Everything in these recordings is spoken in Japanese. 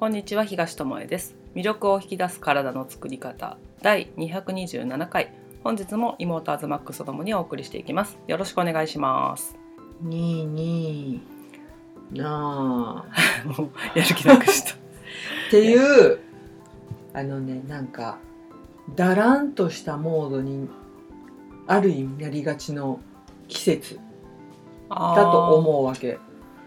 こんにちは、東智恵です。魅力を引き出す体の作り方第227回、本日も妹アズマックスとともにお送りしていきます。よろしくお願いします。 になあもうやる気なくしたっていうなんかだらんとしたモードにある意味なりがちの季節だと思うわけ。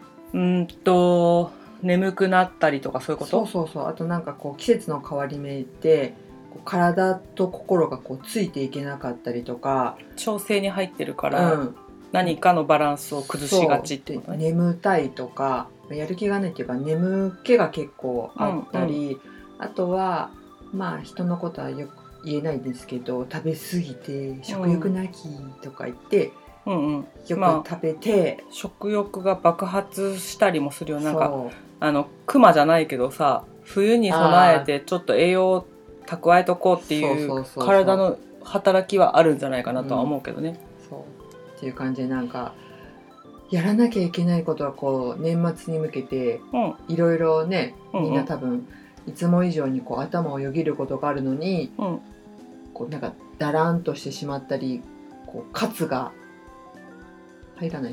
眠くなったりとかそういうこと？ そう。あとなんかこう季節の変わり目で体と心がこうついていけなかったりとか、 調整に入ってるから、何かのバランスを崩しがちってことね。 眠たいとかやる気がないっていうか眠気が結構あったり、あとはまあ人のことはよく言えないですけど、食べ過ぎて食欲なきとか言って、よく食べて、 食欲が爆発したりもするよ。なんかクマじゃないけどさ、冬に備えてちょっと栄養を蓄えとこうっていう体の働きはあるんじゃないかなとは思うけどね。 そうっていう感じで、なんかやらなきゃいけないことはこう年末に向けていろいろね、みんな多分いつも以上にこう頭をよぎることがあるのに、こうなんかだらんとしてしまったり、こうカツが入らない、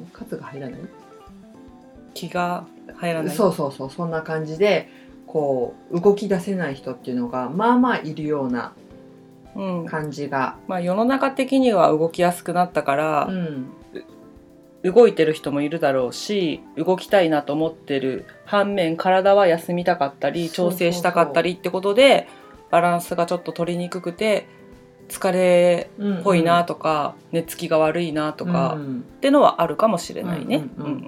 気が入らない。 そうそんな感じでこう動き出せない人っていうのがまあまあいるような感じが、 世の中的には動きやすくなったから、動いてる人もいるだろうし、動きたいなと思ってる反面、体は休みたかったり調整したかったりってことでバランスがちょっと取りにくくて疲れっぽいなとか、寝つきが悪いなとか、ってのはあるかもしれないね。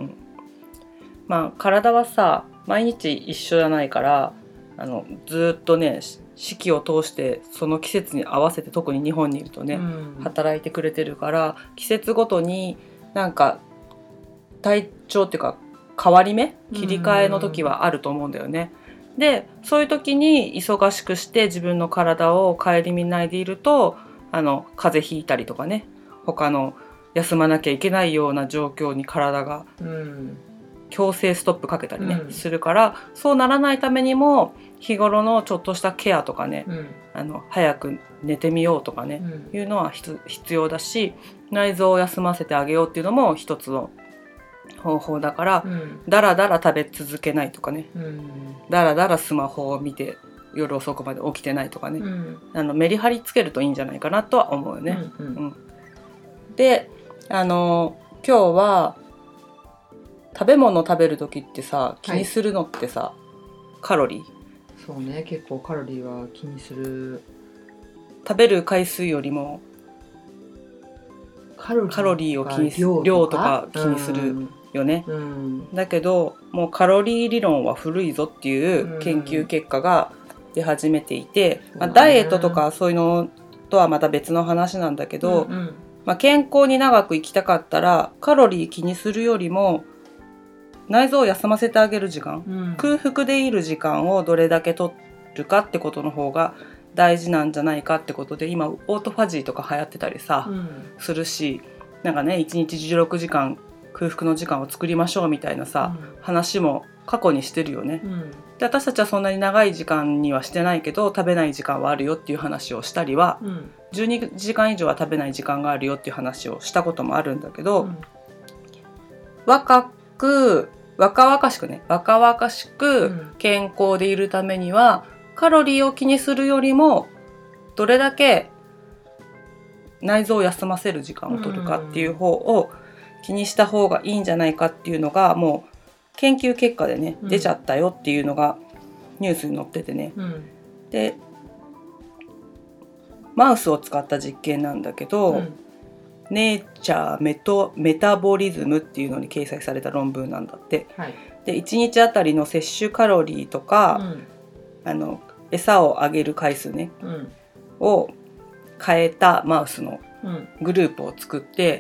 体はさ、毎日一緒じゃないから、ずっとね、四季を通してその季節に合わせて、特に日本にいるとね、働いてくれてるから、季節ごとになんか体調っていうか変わり目、切り替えの時はあると思うんだよね。で、そういう時に忙しくして自分の体を顧みないでいると、風邪ひいたりとかね、他の休まなきゃいけないような状況に体が強制ストップかけたりね、するから、そうならないためにも日頃のちょっとしたケアとかね、早く寝てみようとかね、いうのは必要だし、内臓を休ませてあげようっていうのも一つの方法だから、だらだら食べ続けないとかね、だらだらスマホを見て夜遅くまで起きてないとかね、メリハリつけるといいんじゃないかなとは思うよね。で、今日は食べ物食べる時ってさ、気にするのってさ、カロリー。 そうね、結構カロリーは気にする。 食べる回数よりもカロリーを気にする、量とか気にするよね。だけどもうカロリー理論は古いぞっていう研究結果が出始めていて、ダイエットとかそういうのとはまた別の話なんだけど、健康に長く生きたかったらカロリー気にするよりも内臓を休ませてあげる時間、空腹でいる時間をどれだけ取るかってことの方が大事なんじゃないかってことで、今オートファジーとか流行ってたりさ、するし、なんかね、1日16時間空腹の時間を作りましょうみたいなさ、話も過去にしてるよね。で、私たちはそんなに長い時間にはしてないけど、食べない時間はあるよっていう話をしたりは、12時間以上は食べない時間があるよっていう話をしたこともあるんだけど、若々しく健康でいるためには、カロリーを気にするよりもどれだけ内臓を休ませる時間を取るかっていう方を気にした方がいいんじゃないかっていうのが、もう研究結果でね、出ちゃったよっていうのがニュースに載っててね、でマウスを使った実験なんだけど、ネイチャーメタボリズムっていうのに掲載された論文なんだって。で、1日あたりの摂取カロリーとか、餌をあげる回数ね、を変えたマウスのグループを作って、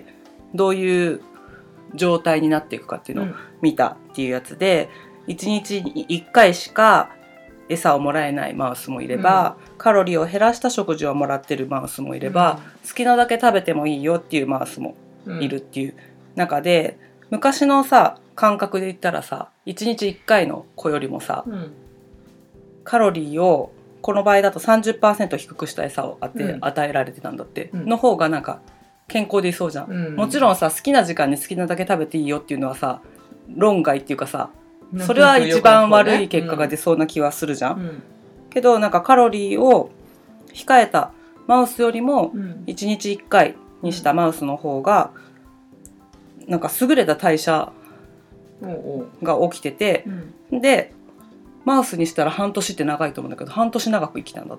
どういう状態になっていくかっていうのを見たっていうやつで、1日に1回しか餌をもらえないマウスもいれば、カロリーを減らした食事をもらってるマウスもいれば、好きなだけ食べてもいいよっていうマウスもいるっていう中で、昔のさ感覚で言ったらさ、1日1回の子よりもさ、 カロリーをこの場合だと 30% 低くした餌を与えられてたんだって、の方がなんか健康でいそうじゃん、もちろんさ好きな時間に好きなだけ食べていいよっていうのはさ論外っていうかさ、それは一番悪い結果が出そうな気はするじゃん、けどなんかカロリーを控えたマウスよりも1日1回にしたマウスの方がなんか優れた代謝が起きてて、でマウスにしたら半年って長いと思うんだけど半年長く生きたんだって。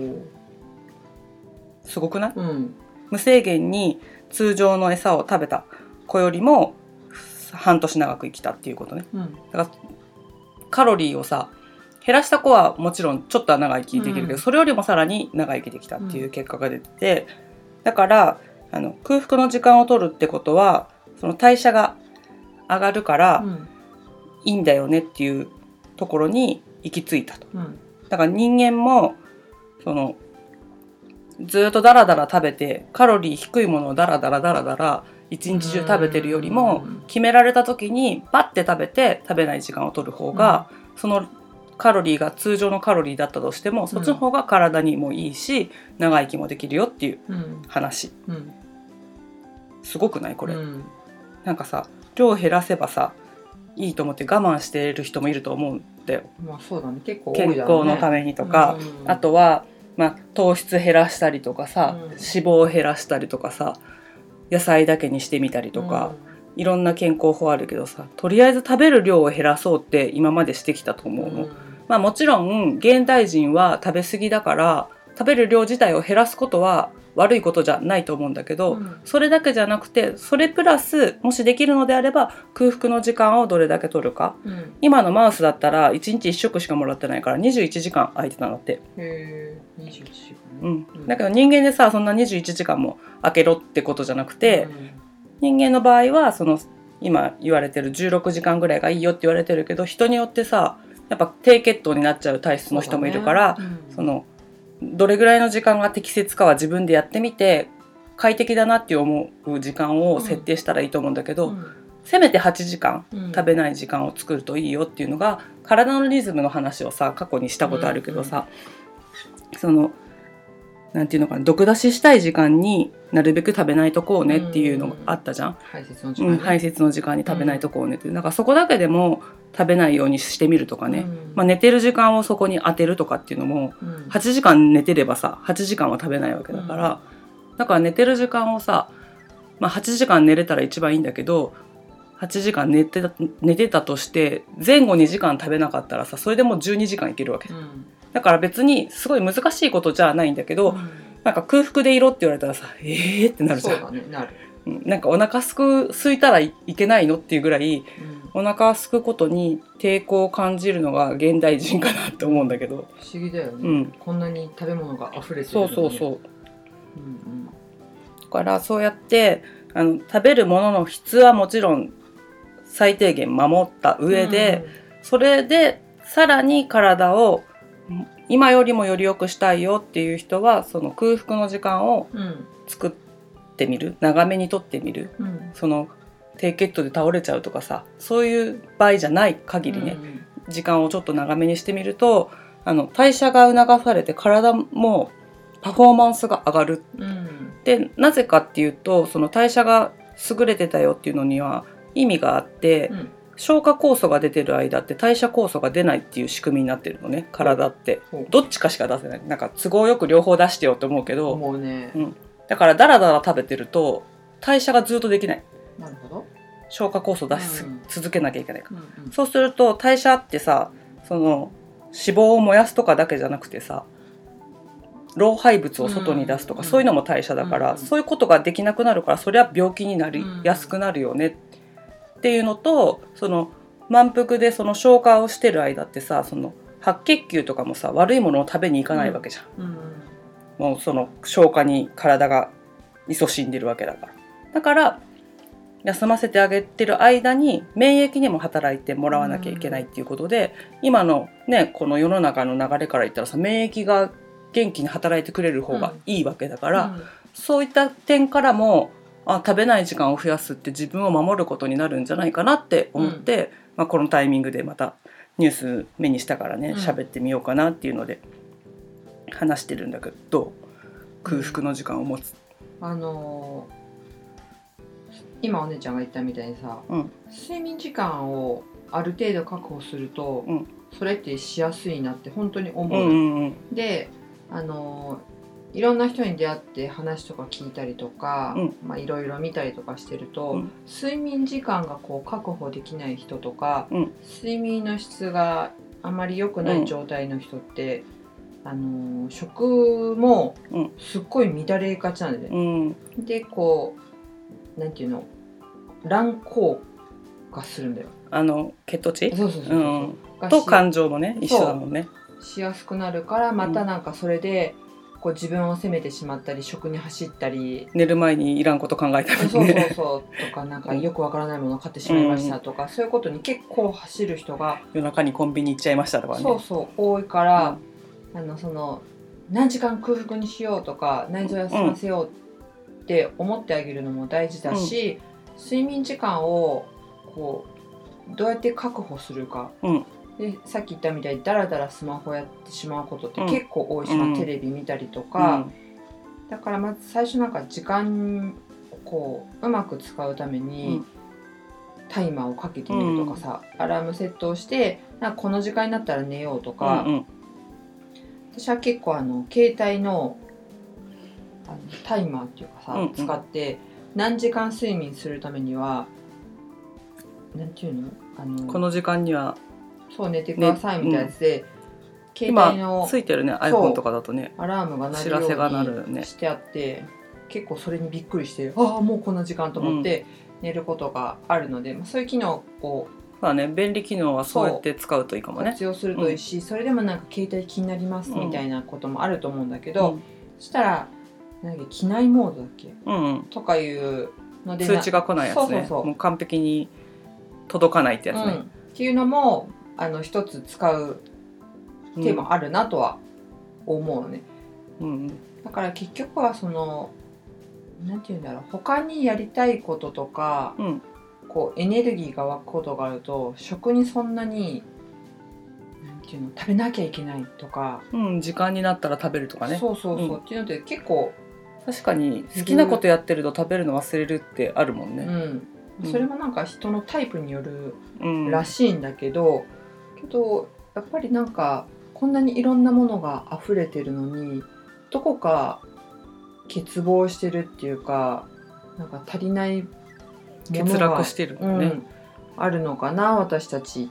すごくない？無制限に通常の餌を食べた子よりも半年長く生きたっていうことね、だからカロリーをさ減らした子はもちろんちょっとは長生きできるけど、それよりもさらに長生きできたっていう結果が出てて、だから空腹の時間を取るってことはその代謝が上がるからいいんだよねっていうところに行き着いたと、だから人間もそのずっとダラダラ食べてカロリー低いものをダラダラ一日中食べてるよりも決められた時にバッて食べて食べない時間を取る方が、そのカロリーが通常のカロリーだったとしてもそっちの方が体にもいいし長生きもできるよっていう話、すごくないこれ、なんかさ量を減らせばさいいと思って我慢している人もいると思うんだよ、 そうだね、結構多いだろうね、 健康のためにとか、あとは糖質減らしたりとかさ、脂肪を減らしたりとかさ野菜だけにしてみたりとか、いろんな健康法あるけどさとりあえず食べる量を減らそうって今までしてきたと思うの、もちろん現代人は食べ過ぎだから食べる量自体を減らすことは悪いことじゃないと思うんだけど、それだけじゃなくてそれプラスもしできるのであれば空腹の時間をどれだけ取るか、今のマウスだったら1日1食しかもらってないから21時間空いてたんだって。 21時間、 だけど人間でさそんな21時間も空けろってことじゃなくて、人間の場合はその今言われてる16時間ぐらいがいいよって言われてるけど、人によってさやっぱ低血糖になっちゃう体質の人もいるから、そのどれぐらいの時間が適切かは自分でやってみて快適だなって思う時間を設定したらいいと思うんだけど、せめて8時間食べない時間を作るといいよっていうのが体のリズムの話をさ過去にしたことあるけどさ、そのなんていうのかな、毒出ししたい時間になるべく食べないとこうねっていうのがあったじゃん、排泄の時間に食べないとこうねって、なんかそこだけでも食べないようにしてみるとかね、寝てる時間をそこに当てるとかっていうのも、8時間寝てればさ8時間は食べないわけだから、だから寝てる時間をさ、8時間寝れたら一番いいんだけど8時間寝てたとして前後2時間食べなかったらさそれでもう12時間いけるわけ、だから別にすごい難しいことじゃないんだけど、なんか空腹でいろって言われたらさってなるじゃん。 そうだね、なる。 なんかお腹空いたら いけないのっていうぐらい、お腹空くことに抵抗を感じるのが現代人かなって思うんだけど。 不思議だよね、こんなに食べ物が溢れてるのに。 そう、だからそうやって食べるものの質はもちろん最低限守った上で、それでさらに体を今よりもより良くしたいよっていう人はその空腹の時間を作ってみる、長めにとってみる、その低血糖で倒れちゃうとかさそういう場合じゃない限りね、時間をちょっと長めにしてみると代謝が促されて体もパフォーマンスが上がる、でなぜかっていうとその代謝が優れてたよっていうのには意味があって、消化酵素が出てる間って代謝酵素が出ないっていう仕組みになってるのね、体ってどっちかしか出せない、なんか都合よく両方出してよって思うけど、だからダラダラ食べてると代謝がずっとできない。 なるほど。 消化酵素を出し続けなきゃいけないから、そうすると代謝ってさその脂肪を燃やすとかだけじゃなくてさ老廃物を外に出すとか、そういうのも代謝だから、そういうことができなくなるからそれは病気になりやすくなるよねっていうのと、その満腹でその消化をしてる間ってさその白血球とかもさ悪いものを食べに行かないわけじゃん、もうその消化に体が勤しんでるわけだから、だから休ませてあげてる間に免疫にも働いてもらわなきゃいけないっていうことで、今のねこの世の中の流れから言ったらさ免疫が元気に働いてくれる方がいいわけだから、そういった点からも食べない時間を増やすって自分を守ることになるんじゃないかなって思って、このタイミングでまたニュース目にしたからね喋ってみようかなっていうので話してるんだけど、空腹の時間を持つ。 今お姉ちゃんが言ったみたいにさ、睡眠時間をある程度確保すると、それってしやすいなって本当に思う。でいろんな人に出会って話とか聞いたりとか、いろいろ見たりとかしてると、睡眠時間がこう確保できない人とか、睡眠の質があまり良くない状態の人って、食もすっごい乱れがちなんで、でこうなんていうの、乱高がするんだよ。 血糖値そうと感情もね一緒だもんね。 しやすくなるから、またなんかそれでこう自分を責めてしまったり、食に走ったり、 寝る前にいらんこと考えたりね。 そうとか、なんかよくわからないものを買ってしまいましたとか、そういうことに結構走る人が夜中にコンビニ行っちゃいましたとかね。 多いから、その何時間空腹にしようとか内臓休ませようって思ってあげるのも大事だし、睡眠時間をこうどうやって確保するか、でさっき言ったみたいにダラダラスマホやってしまうことって結構多いし、テレビ見たりとか、だからまず最初なんか時間をこううまく使うために、タイマーをかけてみるとかさ、アラームセットをしてなんかこの時間になったら寝ようとか、私は結構携帯のタイマーっていうかさ、使って何時間睡眠するためにはなんていうの、 この時間にはそう寝てくださいみたいなやつで、携帯の今ついてるね iPhone とかだとねアラームが鳴るようにしてあって、結構それにびっくりして、ああもうこんな時間と思って寝ることがあるので、そういう機能を便利機能はそうやって使うといいかもね。 活用するといいし、それでもなんか携帯気になりますみたいなこともあると思うんだけど、そしたらなんか機内モードだっけ、とかいうので通知が来ないやつね。もう完璧に届かないってやつね。 っていうのも一つ使う手もあるなとは思うのね。だから結局はそのなんていうんだろう、他にやりたいこととか、こうエネルギーが湧くことがあると、食にそんなになんていうの、食べなきゃいけないとか、 時間になったら食べるとかね。 そうっていうのって結構確かに好きなことやってると食べるの忘れるってあるもんね。 それもなんか人のタイプによるらしいんだけど、やっぱりなんかこんなにいろんなものが溢れてるのに、どこか欠乏してるっていうか、なんか足りないものが欠落してるね、 あるのかな、私たちって。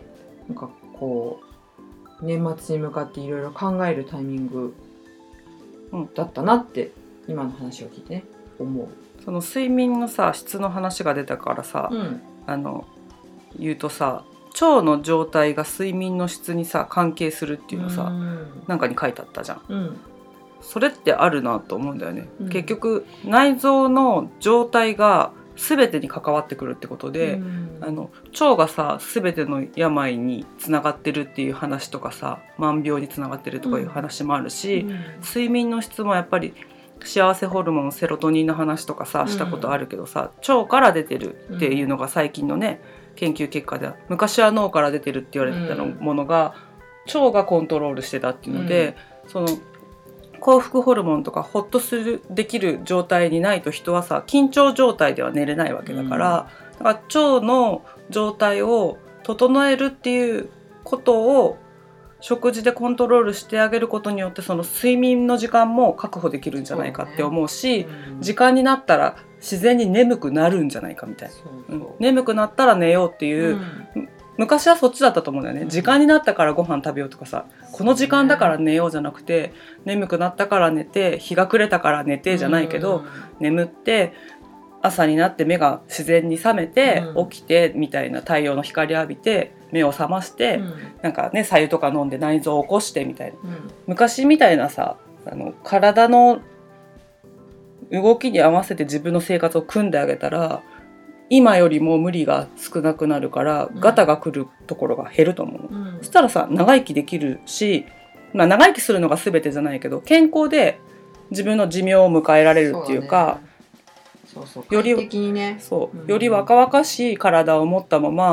なんかこう年末に向かっていろいろ考えるタイミングだったなって今の話を聞いてね思う。 その睡眠のさ質の話が出たからさ、言うとさ、腸の状態が睡眠の質にさ関係するっていうのさ、なんかに書いてあったじゃん。それってあるなと思うんだよね。結局内臓の状態が全てに関わってくるってことで、腸がさ全ての病につながってるっていう話とかさ、万病につながってるとかいう話もあるし、睡眠の質もやっぱり幸せホルモンセロトニンの話とかさしたことあるけどさ、腸から出てるっていうのが最近のね研究結果では、昔は脳から出てるって言われてたものが腸がコントロールしてたっていうので、その幸福ホルモンとかホッとできる状態にないと人はさ緊張状態では寝れないわけだから、だから腸の状態を整えるっていうことを食事でコントロールしてあげることによって、その睡眠の時間も確保できるんじゃないかって思うし、時間になったら自然に眠くなるんじゃないかみたいな、眠くなったら寝ようっていう、昔はそっちだったと思うんだよね。時間になったからご飯食べようとかさ、この時間だから寝ようじゃなくて、眠くなったから寝て、日が暮れたから寝てじゃないけど、眠って朝になって目が自然に覚めて、起きてみたいな、太陽の光浴びて目を覚まして、なんかね白湯とか飲んで内臓を起こしてみたいな、昔みたいなさ、体の動きに合わせて自分の生活を組んであげたら、今よりも無理が少なくなるから、ガタが来るところが減ると思うの、そしたらさ長生きできるし、長生きするのが全てじゃないけど、健康で自分の寿命を迎えられるっていうか、より若々しい体を持ったまま、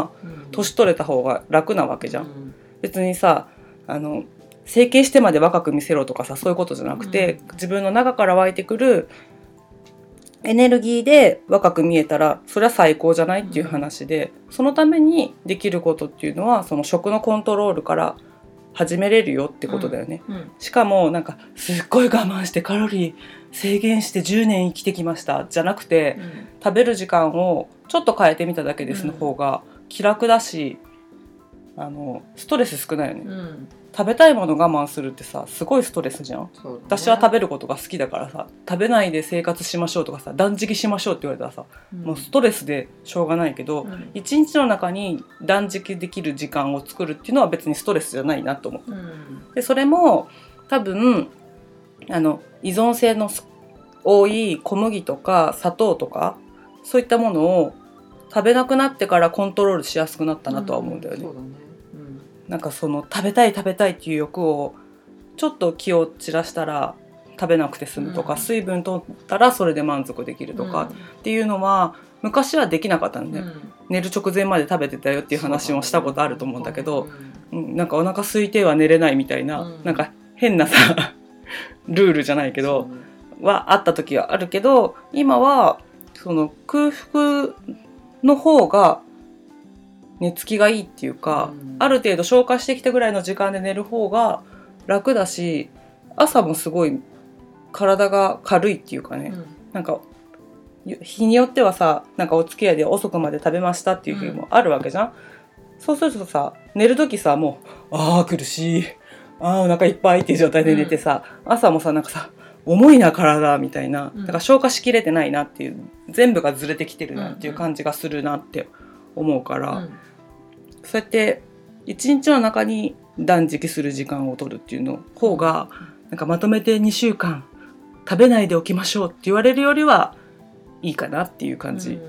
年取れた方が楽なわけじゃん。別にさ整形してまで若く見せろとかさそういうことじゃなくて、自分の中から湧いてくるエネルギーで若く見えたらそれは最高じゃないっていう話で、そのためにできることっていうのはその食のコントロールから始めれるよってことだよね。しかもなんかすっごい我慢してカロリー制限して10年生きてきましたじゃなくて、食べる時間をちょっと変えてみただけですの方が気楽だし、ストレス少ないよね。食べたいもの我慢するってさすごいストレスじゃん。私は食べることが好きだからさ、食べないで生活しましょうとかさ断食しましょうって言われたらさ、もうストレスでしょうがないけど、一日の中に断食できる時間を作るっていうのは別にストレスじゃないなと思った。でそれも多分依存性の多い小麦とか砂糖とかそういったものを食べなくなってからコントロールしやすくなったなとは思うんだよね。なんかその食べたいっていう欲をちょっと気を散らしたら食べなくて済むとか、水分取ったらそれで満足できるとかっていうのは昔はできなかったので、寝る直前まで食べてたよっていう話もしたことあると思うんだけど、なんかお腹空いては寝れないみたいな、なんか変なさルールじゃないけどはあった時はあるけど、今はその空腹の方が寝つきがいいっていうか、ある程度消化してきたぐらいの時間で寝る方が楽だし、朝もすごい体が軽いっていうかね、なんか日によってはさなんかお付き合いで遅くまで食べましたっていう日もあるわけじゃん。そうするとさ寝る時さもう苦しいお腹いっぱいっていう状態で寝てさ、朝もさなんかさ重いな体みたいな、だから消化しきれてないなっていう、全部がずれてきてるなっていう感じがするなって思うから、そうやって一日の中に断食する時間を取るっていうの方がなんかまとめて2週間食べないでおきましょうって言われるよりはいいかなっていう感じ、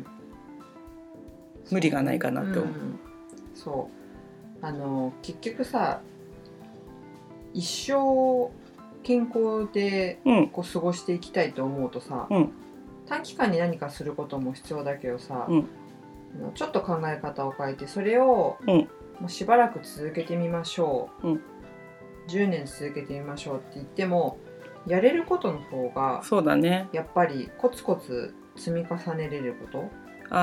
無理がないかなって思う。 そう結局さ一生健康でこう過ごしていきたいと思うとさ、短期間に何かすることも必要だけどさ、ちょっと考え方を変えてそれをもうしばらく続けてみましょう、10年続けてみましょうって言ってもやれることの方がそうだね、 やっぱりコツコツ積み重ねれること、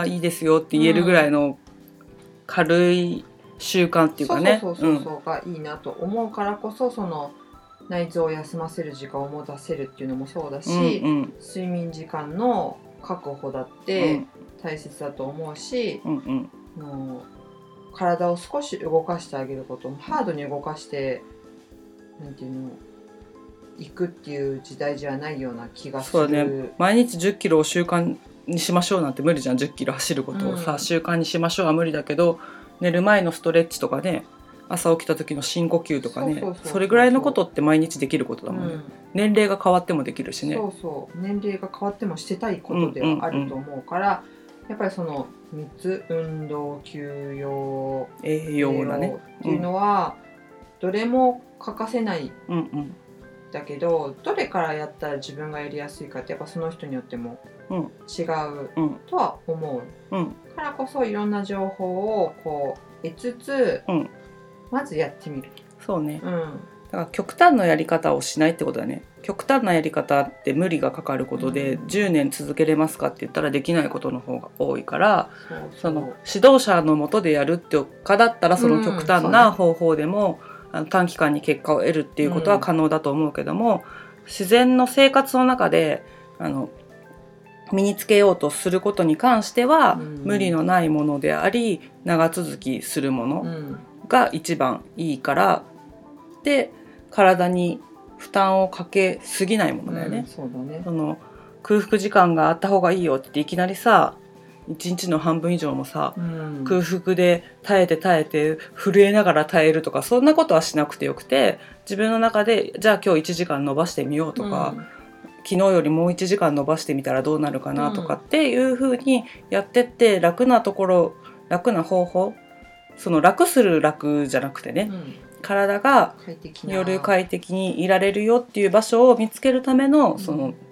いいですよって言えるぐらいの軽い習慣っていうかね、 そうがいいなと思うからこそ、その内臓を休ませる時間を持たせるっていうのもそうだし、睡眠時間の確保だって大切だと思うし、もう体を少し動かしてあげることもハードに動かしてなんていうの行くっていう時代じゃないような気がする。 そうね、毎日10キロを習慣にしましょうなんて無理じゃん。10キロ走ることをさ、習慣にしましょうは無理だけど、寝る前のストレッチとかね、朝起きた時の深呼吸とかね、それぐらいのことって毎日できることだもんね、年齢が変わってもできるしね。 年齢が変わってもしてたいことではあると思うから、やっぱりその3つ、運動、休養、 栄養だねっていうのはどれも欠かせないだけど、どれからやったら自分がやりやすいかってやっぱその人によっても違うとは思う、からこそいろんな情報をこう得つつ、まずやってみる。 そうね、だから極端なやり方をしないってことだね。極端なやり方って無理がかかることで、10年続けれますかって言ったらできないことの方が多いから、その指導者の下でやるってかだったらその極端な方法でも、短期間に結果を得るっていうことは可能だと思うけども、自然の生活の中で身につけようとすることに関しては、無理のないものであり長続きするものが一番いいから、で体に負担をかけすぎないものだよね。その空腹時間があった方がいいよっていきなりさ1日の半分以上もさ、空腹で耐えて震えながら耐えるとか、そんなことはしなくてよくて、自分の中でじゃあ今日1時間伸ばしてみようとか、昨日よりもう1時間伸ばしてみたらどうなるかなとかっていう風にやってって、楽なところ、楽な方法、その楽する楽じゃなくてね、体がより快適にいられるよっていう場所を見つけるためのその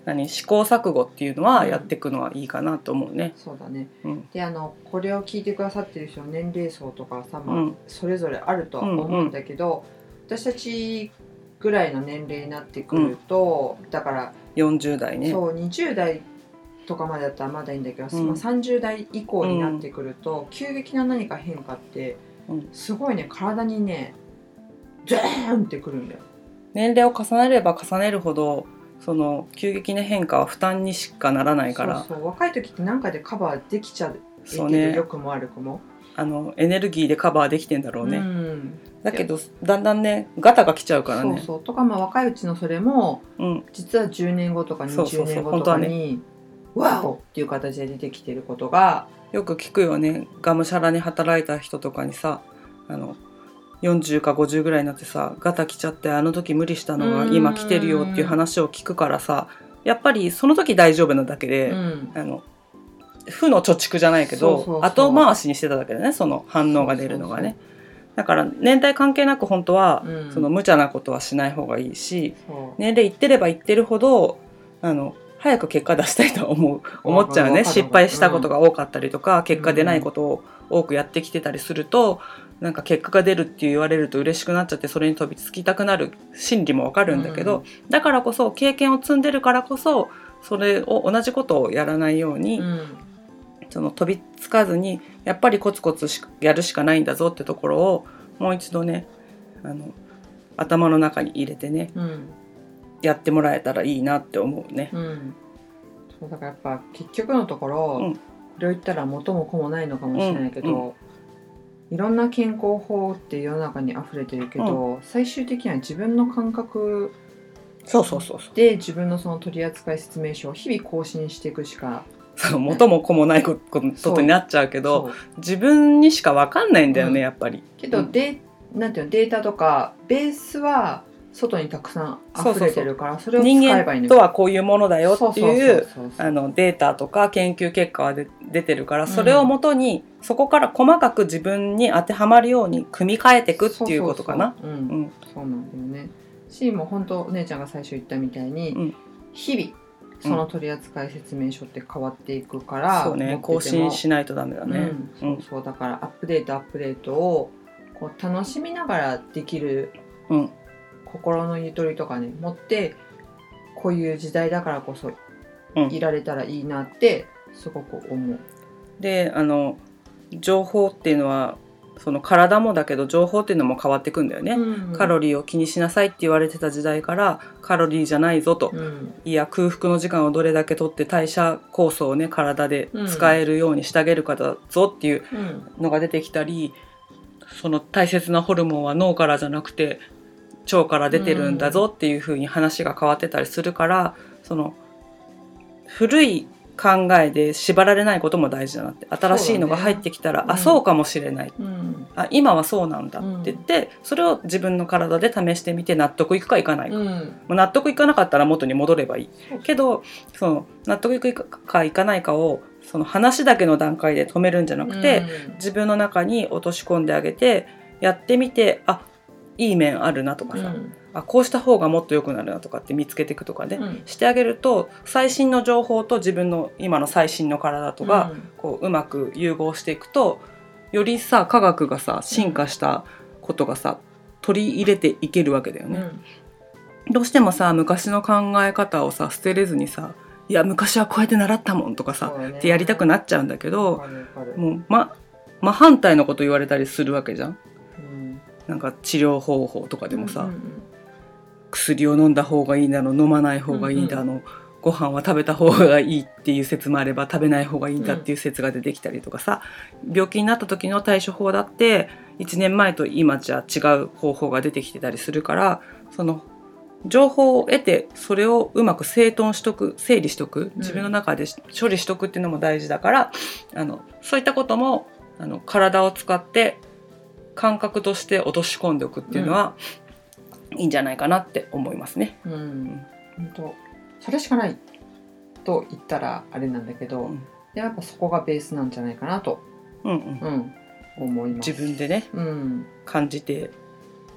試行錯誤っていうのはやっていくのはいいかなと思うね。 そうだね、 うん、 でこれを聞いてくださってる人の年齢層とかさ、それぞれあるとは思うんだけど、私たちぐらいの年齢になってくると、だから 40代ね、 そう20代とかまでだったらまだいいんだけど、30代以降になってくると、急激な何か変化ってすごいね、体にねジャーンってくるんだよ。 年齢を重ねれば重ねるほどその急激な変化は負担にしかならないから。 そう若い時って何かでカバーできちゃうけど、良くも悪くもエネルギーでカバーできてんだろうね、だけどだんだんねガタが来ちゃうからね。 とか若いうちのそれも、実は10年後とか20年後とかにワオっていう形で出てきてることがよく聞くよね。がむしゃらに働いた人とかにさ、40か50ぐらいになってさ、ガタ来ちゃってあの時無理したのが今来てるよっていう話を聞くからさ、やっぱりその時大丈夫なだけで、負の貯蓄じゃないけど後回しにしてただけでね、その反応が出るのがね。だから年代関係なく本当は、その無茶なことはしない方がいいし、年齢いってればいってるほど早く結果出したいと思っちゃうね。失敗したことが多かったりとか、結果出ないことを多くやってきてたりすると、なんか結果が出るって言われると嬉しくなっちゃって、それに飛びつきたくなる心理もわかるんだけど、だからこそ経験を積んでるからこそ、それを同じことをやらないように、その飛びつかずにやっぱりコツコツやるしかないんだぞってところをもう一度ね、頭の中に入れてね、やってもらえたらいいなって思うね。 そうだからやっぱ結局のところ、これを言ったら元も子もないのかもしれないけど、いろんな健康法って世の中に溢れてるけど、最終的には自分の感覚で自分のその取扱説明書を日々更新していくしか、 元も子もないことになっちゃうけど、自分にしか分かんないんだよね、やっぱり。 けどなんていうの、データとかベースは外にたくさん溢れてるから、それを使えばいいんだよ。 人間とはこういうものだよっていうデータとか研究結果は出てるから、それをもとにそこから細かく自分に当てはまるように組み替えていくっていうことかな。 そうなんだよね。し、もう本当お姉ちゃんが最初言ったみたいに、日々その取扱説明書って変わっていくから、 そうね、更新しないとダメだね。 そうだからアップデートをこう楽しみながらできる、心のゆとりとかね持って、こういう時代だからこそいられたらいいなってすごく思う。 で、情報っていうのはその体もだけど情報っていうのも変わってくんだよね。カロリーを気にしなさいって言われてた時代からカロリーじゃないぞと、いや空腹の時間をどれだけとって代謝酵素をね体で使えるようにしてあげるかだぞっていうのが出てきたり、その大切なホルモンは脳からじゃなくて腸から出てるんだぞっていう風に話が変わってたりするから、その古い考えで縛られないことも大事だなって。新しいのが入ってきたら、そうかもしれない、今はそうなんだって言って、それを自分の体で試してみて納得いくかいかないか、納得いかなかったら元に戻ればいいけど、その納得いくかいかないかをその話だけの段階で止めるんじゃなくて、自分の中に落とし込んであげてやってみて、いい面あるなとかさ、こうした方がもっと良くなるなとかって見つけていくとかね、してあげると、最新の情報と自分の今の最新の体とがこうまく融合していくと、よりさ科学がさ進化したことがさ取り入れていけるわけだよね。どうしてもさ昔の考え方をさ捨てれずにさ、いや昔はこうやって習ったもんとかさってやりたくなっちゃうんだけど、もう真反対のこと言われたりするわけじゃん。なんか治療方法とかでもさ、薬を飲んだ方がいいんだの、飲まない方がいいんだの、ご飯は食べた方がいいっていう説もあれば食べない方がいいんだっていう説が出てきたりとかさ、病気になった時の対処法だって1年前と今じゃ違う方法が出てきてたりするから、その情報を得てそれをうまく整理しとく、自分の中で処理しとくっていうのも大事だから、そういったことも体を使って感覚として落とし込んでおくっていうのは、いいんじゃないかなって思いますね。 本当それしかないと言ったらあれなんだけど、やっぱそこがベースなんじゃないかなと、思います。 自分でね、感じて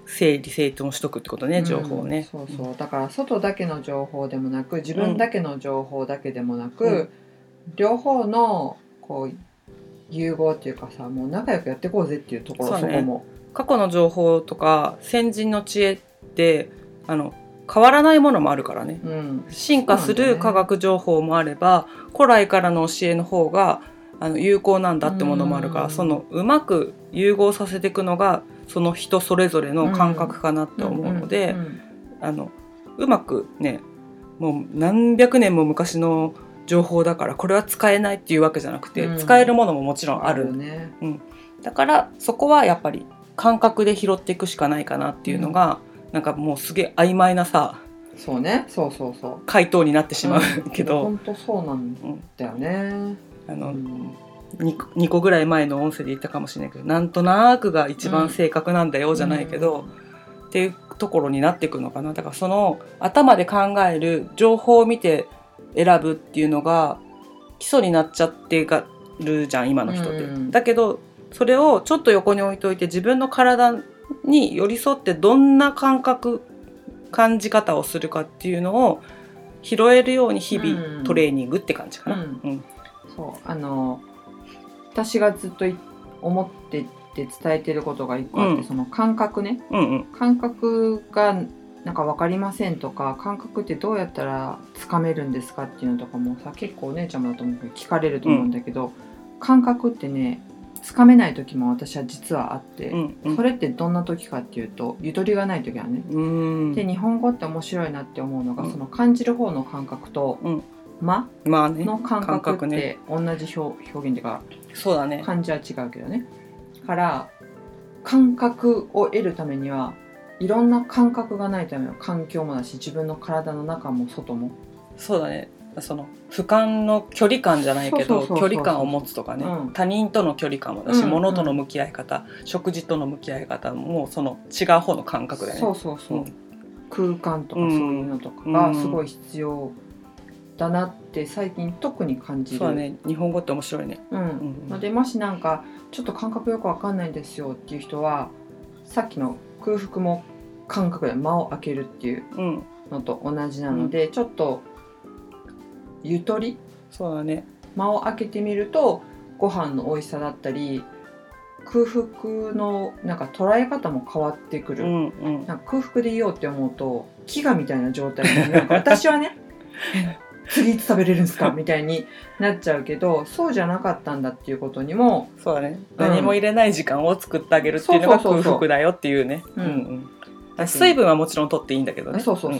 整理整頓しとくってことね、情報をね、 そうそう、だから外だけの情報でもなく自分だけの情報だけでもなく、両方のこう融合っていうかさ、もう仲良くやっていこうぜっていうところ、そこも過去の情報とか先人の知恵って変わらないものもあるからね、進化する科学情報もあれば、古来からの教えの方が有効なんだってものもあるから、そのうまく融合させていくのがその人それぞれの感覚かなって思うので、うまくね、もう何百年も昔の情報だからこれは使えないっていうわけじゃなくて、使えるものももちろんある、だからそこはやっぱり感覚で拾っていくしかないかなっていうのが、なんかもうすげえ曖昧なさ、 そうね、そう回答になってしまうけど、 本当そうなんだよね。 2個ぐらい前の音声で言ったかもしれないけど、なんとなくが一番正確なんだよじゃないけど、っていうところになっていくのかな。だからその頭で考える、情報を見て選ぶっていうのが基礎になっちゃってるじゃん今の人って、だけどそれをちょっと横に置いといて、自分の体に寄り添ってどんな感じ方をするかっていうのを拾えるように日々トレーニングって感じかな。 そう私がずっと思ってって伝えてることが一個あって、その感覚ね、感覚がなんか分かりませんとか、感覚ってどうやったらつかめるんですかっていうのとかもさ、結構お姉ちゃんだと思うけど聞かれると思うんだけど、感覚ってね、つかめない時も私は実はあって、それってどんな時かっていうと、ゆとりがない時はね、で日本語って面白いなって思うのが、その感じる方の感覚と、の感覚って同じ表現っていうか、 そうだね、 漢字は違うけどね。から感覚を得るためにはいろんな感覚がないための環境もだし、自分の体の中も外も。 そうだね、その俯瞰の距離感じゃないけど、距離感を持つとかね、他人との距離感もだし、物との向き合い方、食事との向き合い方もその違う方の感覚だよね。 空間とかそういうのとかがすごい必要だなって最近特に感じる。 そうだね、日本語って面白いね。 でもしなんかちょっと感覚よくわかんないんですよっていう人は、さっきの空腹も感覚で間を空けるっていうのと同じなので、ちょっとゆとり、 そうだね、 間を空けてみるとご飯の美味しさだったり空腹のなんか捉え方も変わってくる、なんか空腹でいようって思うと飢餓みたいな状態になんか私はね次いつ食べれるんですかみたいになっちゃうけど、そうじゃなかったんだっていうことにも、 そうだね、何も入れない時間を作ってあげるっていうのが空腹だよっていうね。水分はもちろん取っていいんだけどね。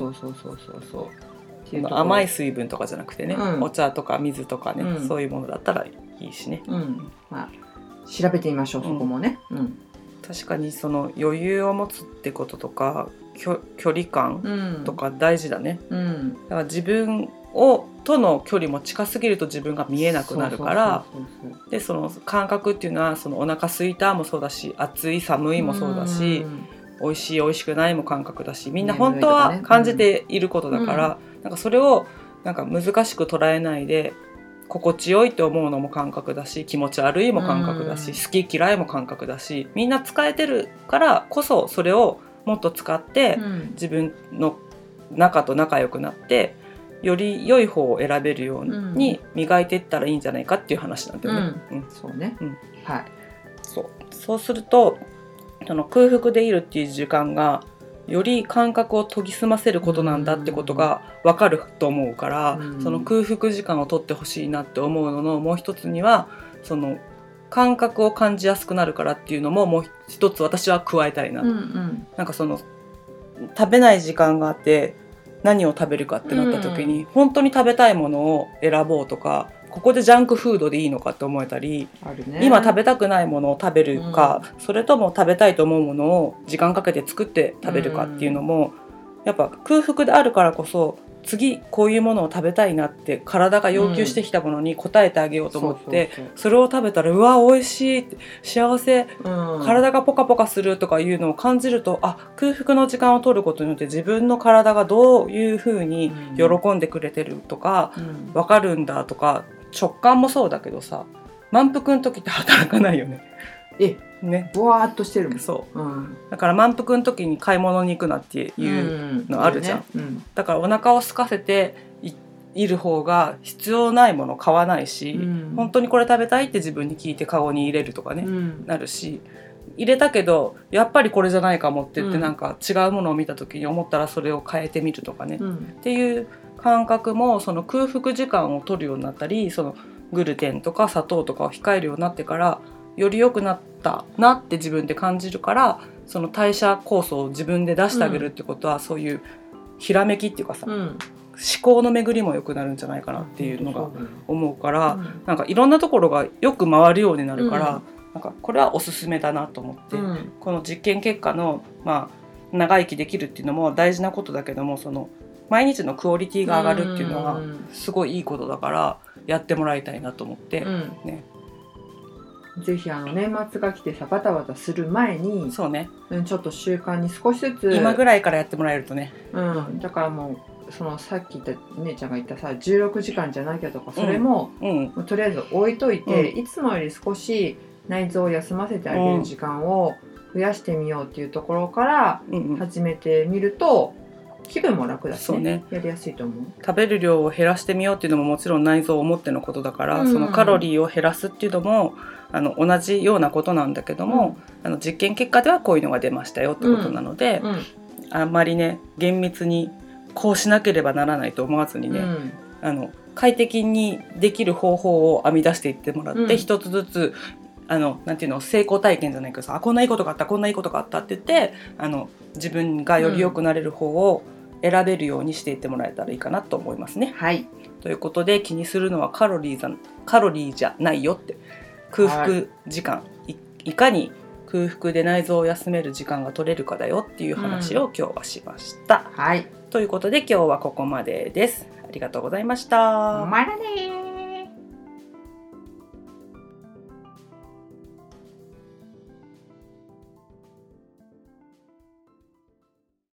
甘い水分とかじゃなくてね、お茶とか水とかね、そういうものだったらいいしね。 調べてみましょう、そこもね。 確かにその余裕を持つってこととか距離感とか大事だね。だから自分との距離も近すぎると自分が見えなくなるから、でその感覚っていうのは、そのお腹空いたもそうだし、暑い寒いもそうだし、美味しい美味しくないも感覚だし、みんな本当は感じていることだから、なんかそれをなんか難しく捉えないで、心地よいと思うのも感覚だし、気持ち悪いも感覚だし、好き嫌いも感覚だし、みんな使えてるからこそ、それをもっと使って自分の中と仲良くなってより良い方を選べるように磨いていったらいいんじゃないかっていう話なんだよね。 そうね、はい。 そうすると、その空腹でいるっていう時間がより感覚を研ぎ澄ませることなんだってことが分かると思うから、その空腹時間を取ってほしいなって思うののもう一つには、その感覚を感じやすくなるからっていうのももう一つ私は加えたいなと。なんかその食べない時間があって何を食べるかってなった時に、本当に食べたいものを選ぼうとか、ここでジャンクフードでいいのかって思えたり、今食べたくないものを食べるか、それとも食べたいと思うものを時間かけて作って食べるかっていうのも、やっぱ空腹であるからこそ、次こういうものを食べたいなって体が要求してきたものに応えてあげようと思って、それを食べたらうわ美味しいって幸せ、体がポカポカするとかいうのを感じると、空腹の時間を取ることによって自分の体がどういう風に喜んでくれてるとか分かるんだとか、直感もそうだけどさ、満腹の時って働かないよね。 ね、ぼわーっとしてるもん。 そう、だから満腹の時に買い物に行くなっていうのあるじゃん、だからお腹を空かせている方が必要ないもの買わないし、本当にこれ食べたいって自分に聞いてカゴに入れるとかね、なるし、入れたけどやっぱりこれじゃないかもって言って、なんか違うものを見た時に思ったらそれを変えてみるとかね、っていう感覚もその空腹時間を取るようになったり、そのグルテンとか砂糖とかを控えるようになってからより良くなったなって自分で感じるから、その代謝酵素を自分で出してあげるってことは、そういうひらめきっていうかさ、思考の巡りも良くなるんじゃないかなっていうのが思うから、なんかいろんなところがよく回るようになるから、なんかこれはおすすめだなと思って、この実験結果の、長生きできるっていうのも大事なことだけども、その毎日のクオリティが上がるっていうのはすごいいいことだからやってもらいたいなと思って、ね。 ぜひ年末が来てさバタバタする前に、 そうね、 ちょっと習慣に少しずつ今ぐらいからやってもらえるとね、 だからもうそのさっき言った姉ちゃんが言ったさ16時間じゃなきゃとか、それも、とりあえず置いといて、いつもより少し内臓を休ませてあげる時間を増やしてみようっていうところから始めてみると、気分も楽だし、ね、やりやすいと思う。 食べる量を減らしてみようっていうのももちろん内臓をもってのことだから、そのカロリーを減らすっていうのも同じようなことなんだけども、実験結果ではこういうのが出ましたよってことなので、あんまりね厳密にこうしなければならないと思わずにね、快適にできる方法を編み出していってもらって、一つずつなんていうの、成功体験じゃないけどさ、こんないいことがあったこんないいことがあったって言って自分がより良くなれる方を選べるようにしていってもらえたらいいかなと思いますね。 はい。 ということで、気にするのはカロリーじゃないよって、空腹時間、いかに空腹で内臓を休める時間が取れるかだよっていう話を今日はしました。 はい。 ということで今日はここまでです。ありがとうございました。 またね。